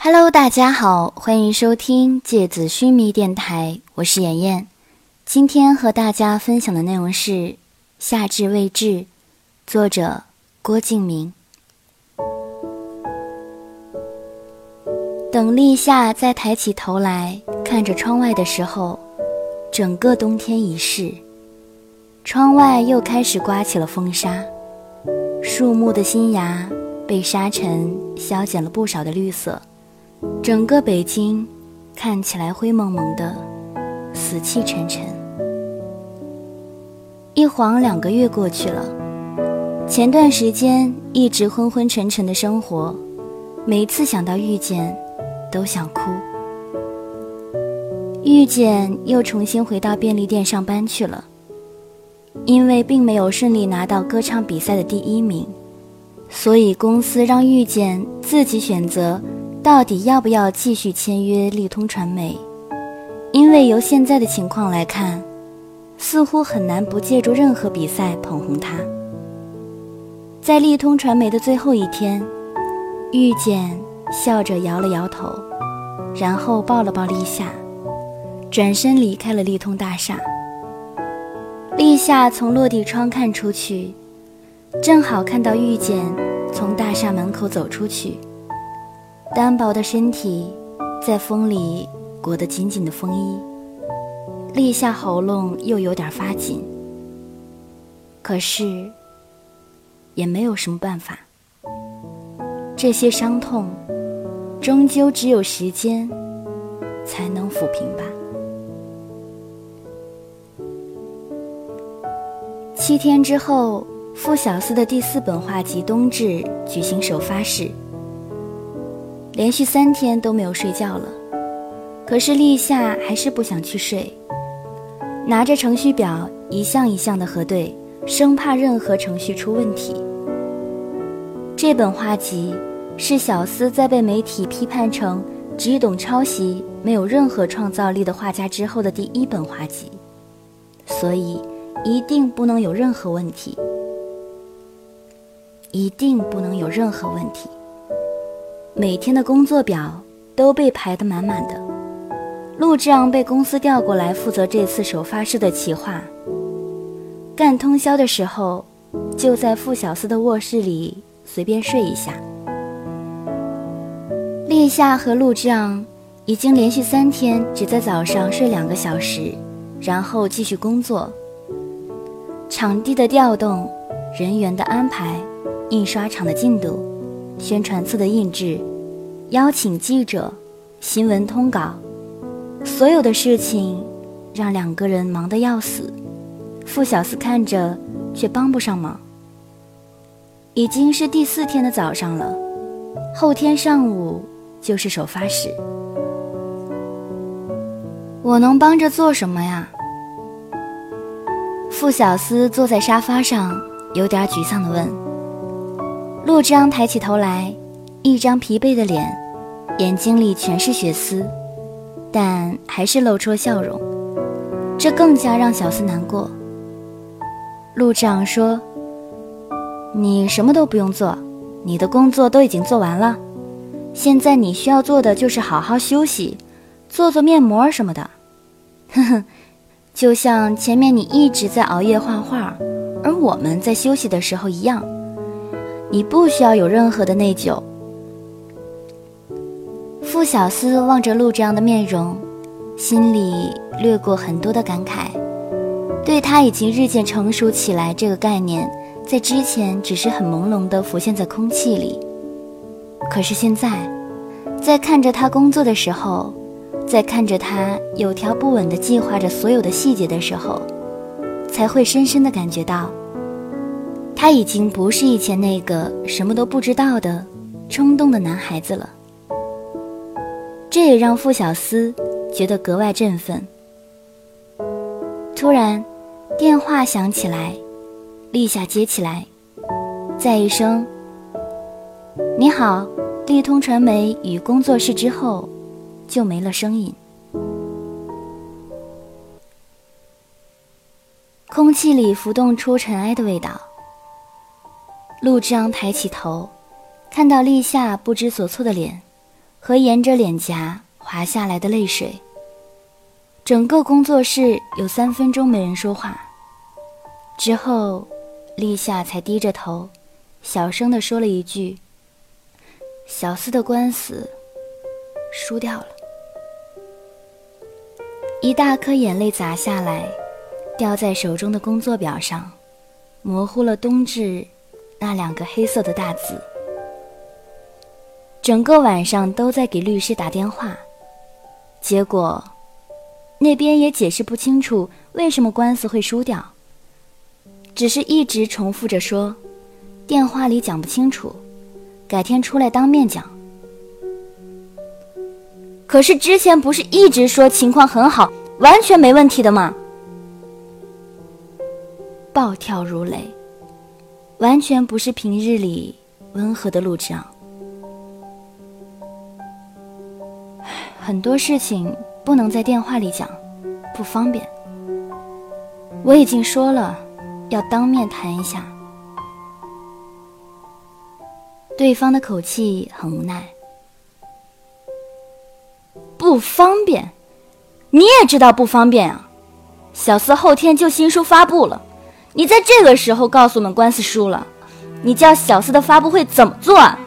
Hello， 大家好，欢迎收听芥子须弥电台，我是妍妍。今天和大家分享的内容是《夏至未至》，作者郭敬明。等立夏再抬起头来看着窗外的时候，整个冬天已逝，窗外又开始刮起了风沙，树木的新芽被沙尘消减了不少的绿色，整个北京看起来灰蒙蒙的，死气沉沉。一晃2个月过去了，前段时间一直昏昏沉沉的生活，每次想到遇见都想哭。遇见又重新回到便利店上班去了，因为并没有顺利拿到歌唱比赛的第1名，所以公司让遇见自己选择到底要不要继续签约利通传媒。因为由现在的情况来看，似乎很难不借助任何比赛捧红他。在利通传媒的最后一天，遇见笑着摇了摇头，然后抱了抱立夏，转身离开了利通大厦。立夏从落地窗看出去，正好看到遇见从大厦门口走出去，单薄的身体在风里裹得紧紧的风衣，立夏喉咙又有点发紧，可是也没有什么办法，这些伤痛终究只有时间才能抚平吧。7天之后，傅小司的第4本画集《冬至》举行首发式，连续3天都没有睡觉了。可是立夏还是不想去睡，拿着程序表一项一项的核对，生怕任何程序出问题。这本画集是小司在被媒体批判成只懂抄袭、没有任何创造力的画家之后的第1本画集，所以一定不能有任何问题，一定不能有任何问题。每天的工作表都被排得满满的，陆之昂被公司调过来负责这次首发式的企划。干通宵的时候，就在傅小司的卧室里随便睡一下。立夏和陆之昂已经连续3天只在早上睡2个小时，然后继续工作。场地的调动、人员的安排、印刷厂的进度、宣传册的印制、邀请记者、新闻通稿，所有的事情让2个人忙得要死，傅小司看着却帮不上忙。已经是第4天的早上了，后天上午就是首发式。我能帮着做什么呀？傅小司坐在沙发上，有点沮丧地问。陆之昂抬起头来，一张疲惫的脸，眼睛里全是血丝，但还是露出了笑容，这更加让小司难过。陆之昂说：你什么都不用做，你的工作都已经做完了，现在你需要做的就是好好休息，做做面膜什么的。呵呵，就像前面你一直在熬夜画画，而我们在休息的时候一样，你不需要有任何的内疚。傅小司望着陆之昂的面容，心里掠过很多的感慨。对他已经日渐成熟起来这个概念，在之前只是很朦胧地浮现在空气里，可是现在，在看着他工作的时候，在看着他有条不紊地计划着所有的细节的时候，才会深深地感觉到，他已经不是以前那个什么都不知道的冲动的男孩子了。这也让傅小司觉得格外振奋。突然电话响起来，立夏接起来，再一声你好，利通传媒与工作室之后就没了声音。空气里浮动出尘埃的味道。陆之昂抬起头，看到立夏不知所措的脸， 和沿着脸颊滑下来的泪水。整个工作室有3分钟没人说话，之后立夏才低着头小声地说了一句：小四的官司输掉了。一大颗眼泪砸下来，掉在手中的工作表上，模糊了冬至那2个黑色的大字。整个晚上都在给律师打电话，结果那边也解释不清楚为什么官司会输掉，只是一直重复着说电话里讲不清楚，改天出来当面讲。可是之前不是一直说情况很好，完全没问题的吗？暴跳如雷，完全不是平日里温和的陆之昂。很多事情不能在电话里讲，不方便。我已经说了，要当面谈一下。对方的口气很无奈。不方便？你也知道不方便啊！小四后天就新书发布了，你在这个时候告诉我们官司输了，你叫小四的发布会怎么做啊？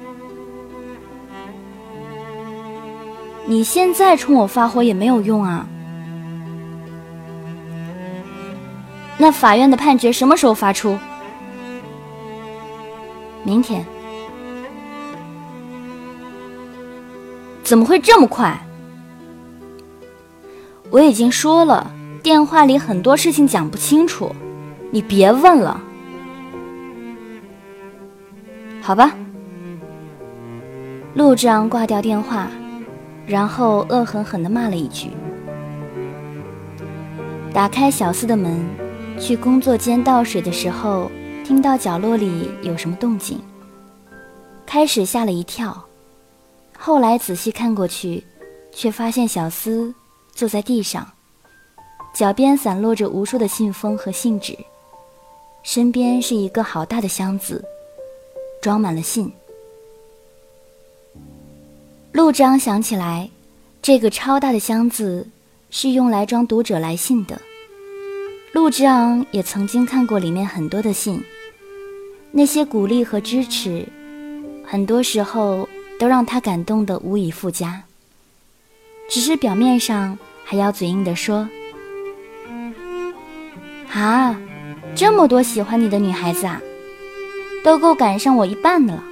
你现在冲我发火也没有用啊。那法院的判决什么时候发出？明天。怎么会这么快？我已经说了，电话里很多事情讲不清楚，你别问了。好吧。陆之昂挂掉电话，然后恶狠狠地骂了一句。打开小四的门，去工作间倒水的时候，听到角落里有什么动静，开始吓了一跳，后来仔细看过去，却发现小四坐在地上，脚边散落着无数的信封和信纸，身边是一个好大的箱子，装满了信。陆之昂想起来，这个超大的箱子是用来装读者来信的。陆之昂也曾经看过里面很多的信，那些鼓励和支持，很多时候都让他感动得无以复加。只是表面上还要嘴硬地说：啊，这么多喜欢你的女孩子啊，都够赶上我一半的了。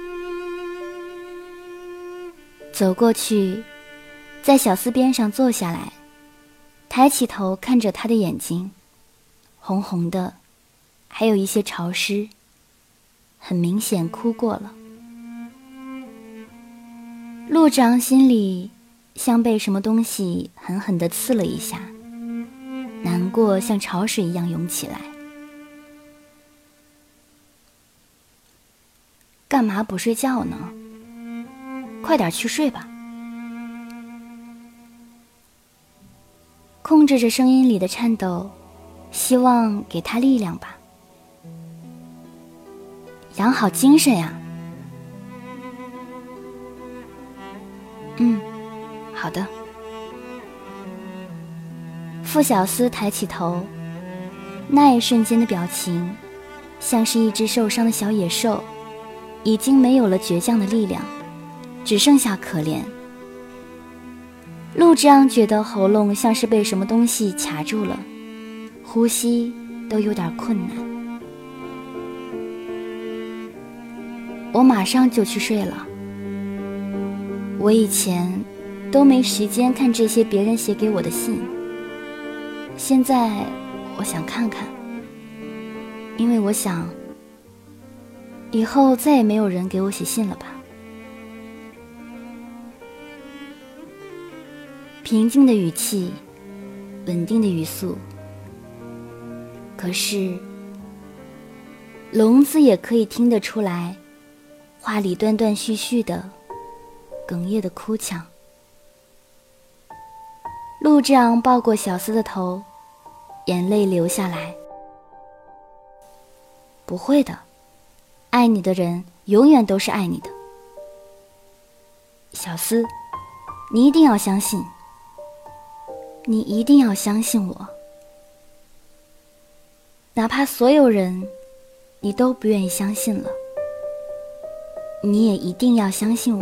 走过去，在小四边上坐下来，抬起头看着他的眼睛，红红的，还有一些潮湿，很明显哭过了。陆之昂心里像被什么东西狠狠地刺了一下，难过像潮水一样涌起来。干嘛不睡觉呢？快点去睡吧。控制着声音里的颤抖，希望给他力量吧。养好精神呀。好的。傅小司抬起头，那一瞬间的表情，像是一只受伤的小野兽，已经没有了倔强的力量，只剩下可怜。陆之昂觉得喉咙像是被什么东西卡住了，呼吸都有点困难。我马上就去睡了。我以前都没时间看这些别人写给我的信，现在我想看看，因为我想以后再也没有人给我写信了吧。平静的语气，稳定的语速，可是聋子也可以听得出来，话里断断续续的，哽咽的哭腔。陆之昂抱过小司的头，眼泪流下来。不会的，爱你的人永远都是爱你的。 小思，你一定要相信，你一定要相信我，哪怕所有人你都不愿意相信了，你也一定要相信我。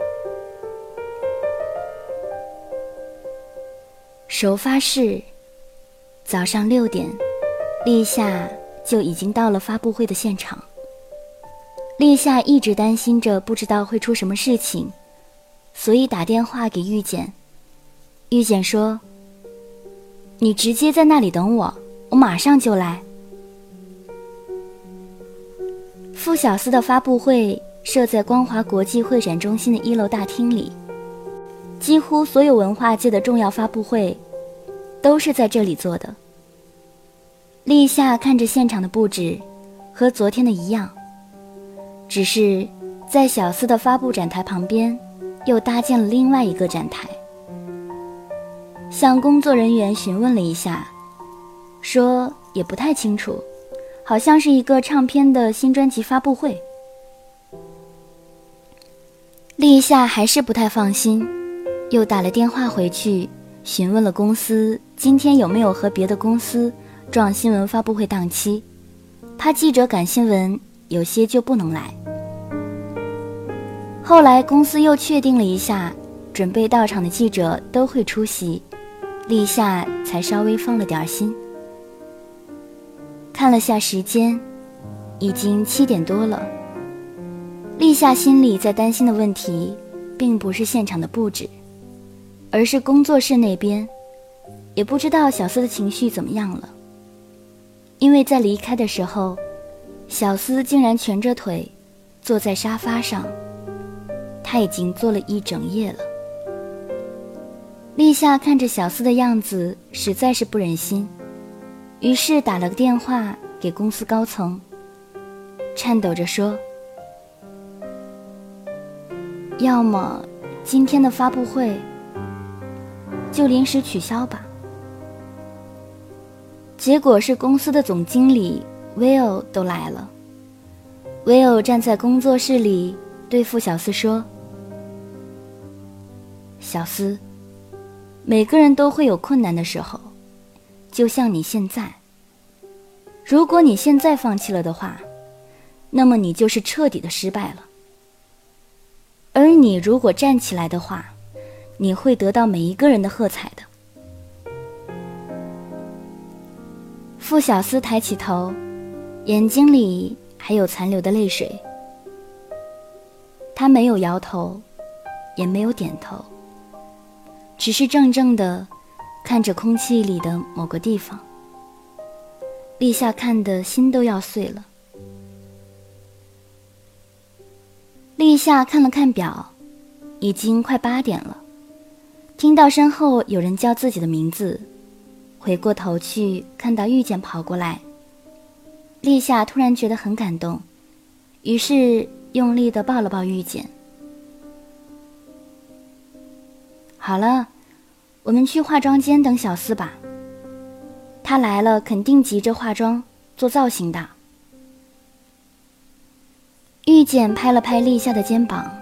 首发式早上6点，立夏就已经到了发布会的现场。立夏一直担心着不知道会出什么事情，所以打电话给玉简。玉简说，你直接在那里等我，我马上就来。傅小司的发布会设在光华国际会展中心的1楼大厅里，几乎所有文化界的重要发布会都是在这里做的。立夏看着现场的布置，和昨天的一样，只是在小司的发布展台旁边又搭建了另外一个展台。向工作人员询问了一下，说也不太清楚，好像是一个唱片的新专辑发布会。立夏还是不太放心，又打了电话回去询问了公司今天有没有和别的公司撞新闻发布会档期，怕记者赶新闻有些就不能来。后来公司又确定了一下，准备到场的记者都会出席，立夏才稍微放了点心。看了下时间，已经7点多了。立夏心里在担心的问题并不是现场的布置，而是工作室那边，也不知道小司的情绪怎么样了。因为在离开的时候，小司竟然蜷着腿坐在沙发上，他已经坐了1整夜了。立夏看着小司的样子，实在是不忍心，于是打了个电话给公司高层，颤抖着说，要么今天的发布会就临时取消吧。结果是公司的总经理 Will 都来了。Will 站在工作室里对傅小司说，小司，每个人都会有困难的时候，就像你现在，如果你现在放弃了的话，那么你就是彻底的失败了。而你如果站起来的话，你会得到每一个人的喝彩的。傅小司抬起头，眼睛里还有残留的泪水。他没有摇头，也没有点头，只是怔怔地看着空气里的某个地方。立夏看得心都要碎了。立夏看了看表，已经快8点了。听到身后有人叫自己的名字，回过头去看到玉简跑过来，立夏突然觉得很感动，于是用力地抱了抱玉简。好了，我们去化妆间等小司吧，他来了肯定急着化妆做造型的。玉简拍了拍立夏的肩膀，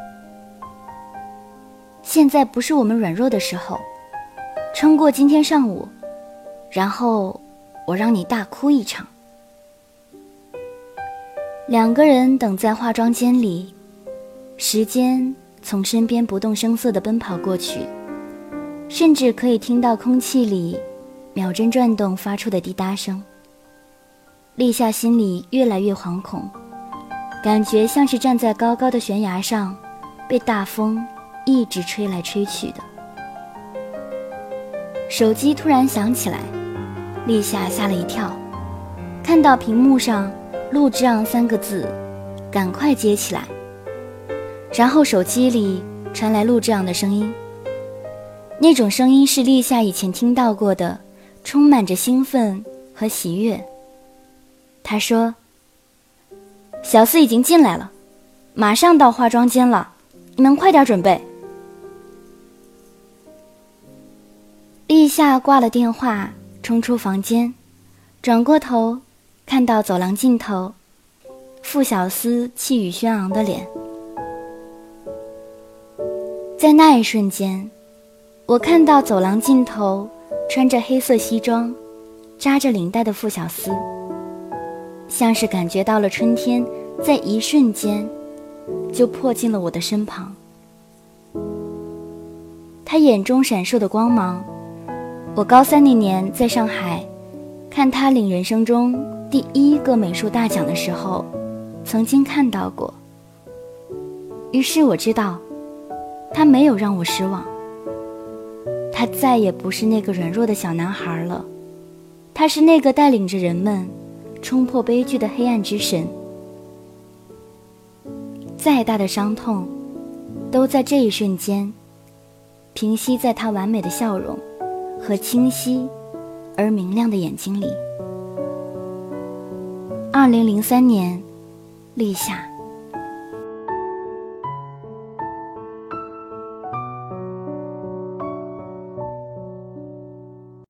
现在不是我们软弱的时候，撑过今天上午，然后我让你大哭一场。2个人等在化妆间里，时间从身边不动声色地奔跑过去，甚至可以听到空气里秒针转动发出的滴答声。立夏心里越来越惶恐，感觉像是站在高高的悬崖上，被大风一直吹来吹去的。手机突然响起来，立夏吓了一跳，看到屏幕上陆之昂3个字，赶快接起来。然后手机里传来陆之昂的声音，那种声音是立夏以前听到过的，充满着兴奋和喜悦。他说，小司已经进来了，马上到化妆间了，你们快点准备。立夏挂了电话，冲出房间，转过头看到走廊尽头傅小司气宇轩昂的脸。 在那一瞬间，我看到走廊尽头穿着黑色西装扎着领带的傅小司，像是感觉到了春天在一瞬间就迫近了我的身旁。他眼中闪烁的光芒，我高3那年在上海看他领人生中第1个美术大奖的时候曾经看到过。于是我知道他没有让我失望，他再也不是那个软弱的小男孩了，他是那个带领着人们冲破悲剧的黑暗之神。再大的伤痛都在这一瞬间平息在他完美的笑容和清晰而明亮的眼睛里。2003年，立夏。